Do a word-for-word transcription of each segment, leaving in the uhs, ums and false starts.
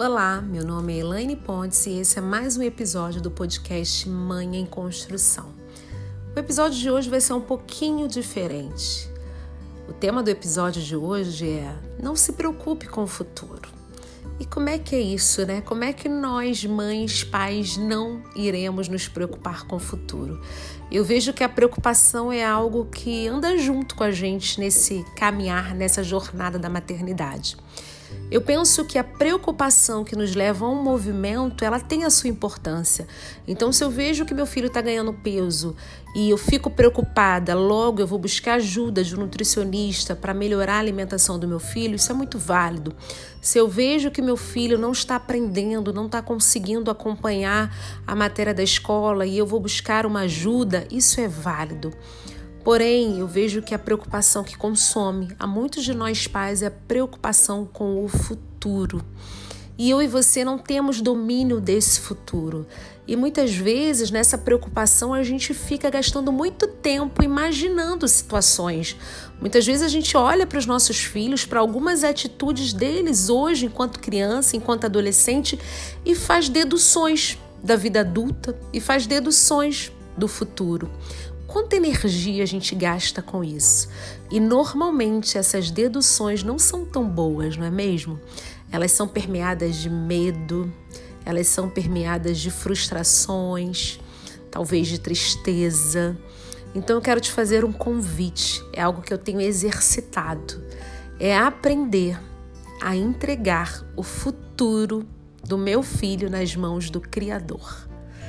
Olá, meu nome é Elaine Pontes e esse é mais um episódio do podcast Mãe em Construção. O episódio de hoje vai ser um pouquinho diferente. O tema do episódio de hoje é: não se preocupe com o futuro. E como é que é isso, né? Como é que nós, mães, pais, não iremos nos preocupar com o futuro? Eu vejo que a preocupação é algo que anda junto com a gente nesse caminhar, nessa jornada da maternidade. Eu penso que a preocupação que nos leva a um movimento, ela tem a sua importância. Então, se eu vejo que meu filho está ganhando peso e eu fico preocupada, logo eu vou buscar ajuda de um nutricionista para melhorar a alimentação do meu filho, isso é muito válido. Se eu vejo que meu filho não está aprendendo, não está conseguindo acompanhar a matéria da escola e eu vou buscar uma ajuda, isso é válido. Porém, eu vejo que a preocupação que consome a muitos de nós pais é a preocupação com o futuro. E eu e você não temos domínio desse futuro. E muitas vezes, nessa preocupação, a gente fica gastando muito tempo imaginando situações. Muitas vezes a gente olha para os nossos filhos, para algumas atitudes deles hoje, enquanto criança, enquanto adolescente, e faz deduções da vida adulta e faz deduções do futuro. Quanta energia a gente gasta com isso? E normalmente essas deduções não são tão boas, não é mesmo? Elas são permeadas de medo, elas são permeadas de frustrações, talvez de tristeza. Então eu quero te fazer um convite, é algo que eu tenho exercitado, é aprender a entregar o futuro do meu filho nas mãos do Criador.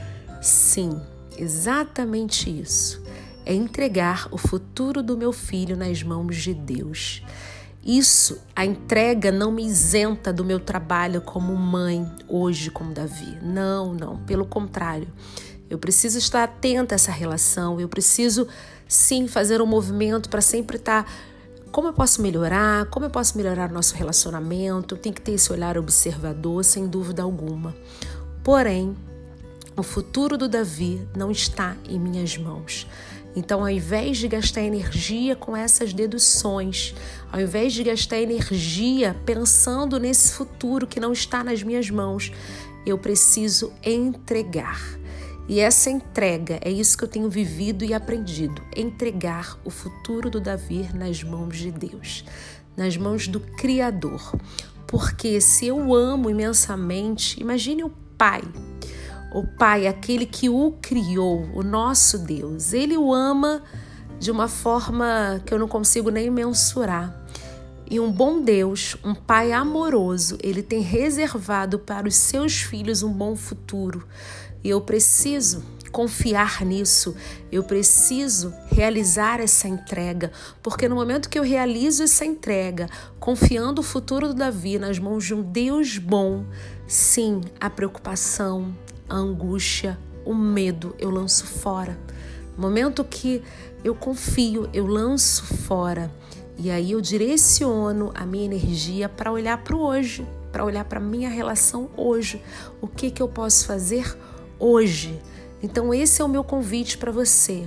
Sim, exatamente isso. É entregar o futuro do meu filho nas mãos de Deus. Isso, a entrega não me isenta do meu trabalho como mãe hoje com Davi. Não, não, pelo contrário. Eu preciso estar atenta a essa relação, eu preciso sim fazer um movimento para sempre estar... Como eu posso melhorar? Como eu posso melhorar o nosso relacionamento? Tem que ter esse olhar observador, sem dúvida alguma. Porém, o futuro do Davi não está em minhas mãos. Então, ao invés de gastar energia com essas deduções, ao invés de gastar energia pensando nesse futuro que não está nas minhas mãos, eu preciso entregar. E essa entrega, é isso que eu tenho vivido e aprendido, entregar o futuro do Davi nas mãos de Deus, nas mãos do Criador. Porque se eu amo imensamente, imagine o pai, o Pai, aquele que o criou, o nosso Deus, ele o ama de uma forma que eu não consigo nem mensurar. E um bom Deus, um Pai amoroso, ele tem reservado para os seus filhos um bom futuro. E eu preciso confiar nisso, eu preciso realizar essa entrega, porque no momento que eu realizo essa entrega, confiando o futuro do Davi nas mãos de um Deus bom, sim, a preocupação, a angústia, o medo, eu lanço fora. No momento que eu confio, eu lanço fora. E aí eu direciono a minha energia para olhar para o hoje, para olhar para a minha relação hoje. O que, que eu posso fazer hoje? Então esse é o meu convite para você.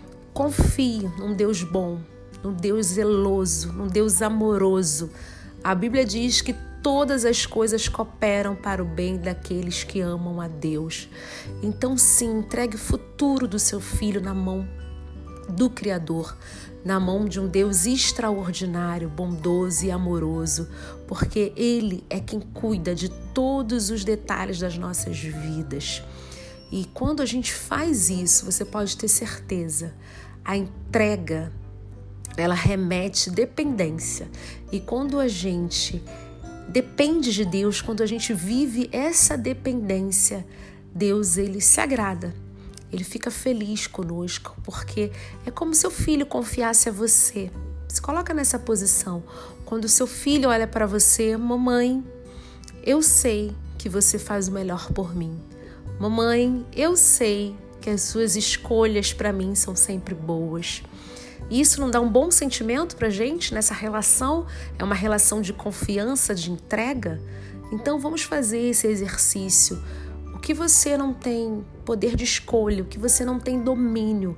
Confie num Deus bom, num Deus zeloso, num Deus amoroso. A Bíblia diz que todas as coisas cooperam para o bem daqueles que amam a Deus. Então sim, entregue o futuro do seu filho na mão do Criador, na mão de um Deus extraordinário, bondoso e amoroso, porque Ele é quem cuida de todos os detalhes das nossas vidas. E quando a gente faz isso, você pode ter certeza, a entrega, ela remete dependência. E quando a gente depende de Deus, quando a gente vive essa dependência, Deus, ele se agrada, ele fica feliz conosco, porque é como se o filho confiasse a você. Se coloca nessa posição, quando o seu filho olha para você: mamãe, eu sei que você faz o melhor por mim. Mamãe, eu sei que as suas escolhas para mim são sempre boas. Isso não dá um bom sentimento para a gente nessa relação? É uma relação de confiança, de entrega? Então vamos fazer esse exercício. O que você não tem poder de escolha, o que você não tem domínio,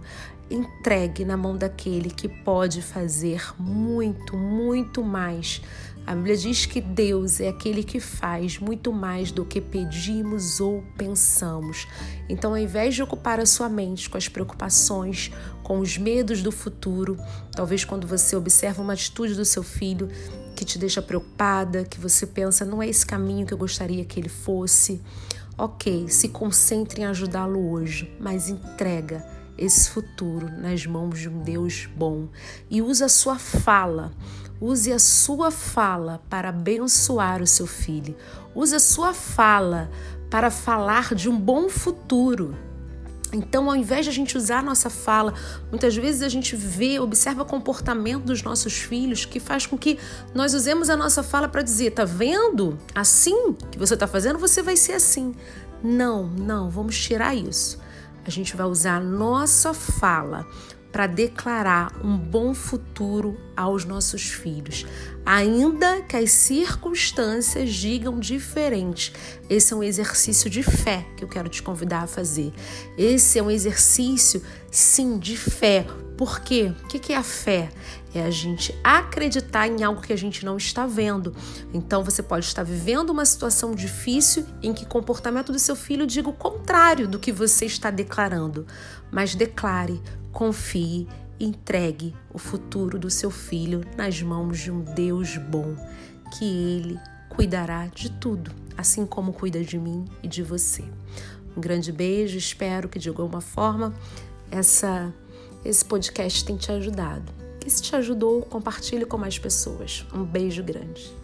entregue na mão daquele que pode fazer muito, muito mais. A Bíblia diz que Deus é aquele que faz muito mais do que pedimos ou pensamos. Então, ao invés de ocupar a sua mente com as preocupações, com os medos do futuro, talvez quando você observa uma atitude do seu filho que te deixa preocupada, que você pensa, não é esse caminho que eu gostaria que ele fosse. Ok, se concentre em ajudá-lo hoje, mas entrega esse futuro nas mãos de um Deus bom. E use a sua fala, use a sua fala para abençoar o seu filho. Use a sua fala para falar de um bom futuro. Então, ao invés de a gente usar a nossa fala, muitas vezes a gente vê, observa o comportamento dos nossos filhos que faz com que nós usemos a nossa fala para dizer, tá vendo? Assim que você está fazendo, você vai ser assim. Não, não, vamos tirar isso. A gente vai usar a nossa fala para declarar um bom futuro aos nossos filhos, ainda que as circunstâncias digam diferente. Esse é um exercício de fé que eu quero te convidar a fazer. Esse é um exercício, sim, de fé. Por quê? O que é a fé? É a gente acreditar em algo que a gente não está vendo. Então, você pode estar vivendo uma situação difícil em que o comportamento do seu filho diga o contrário do que você está declarando. Mas declare, confie, entregue o futuro do seu filho nas mãos de um Deus bom, que Ele cuidará de tudo, assim como cuida de mim e de você. Um grande beijo, espero que de alguma forma essa, esse podcast tenha te ajudado. E se te ajudou, compartilhe com mais pessoas. Um beijo grande.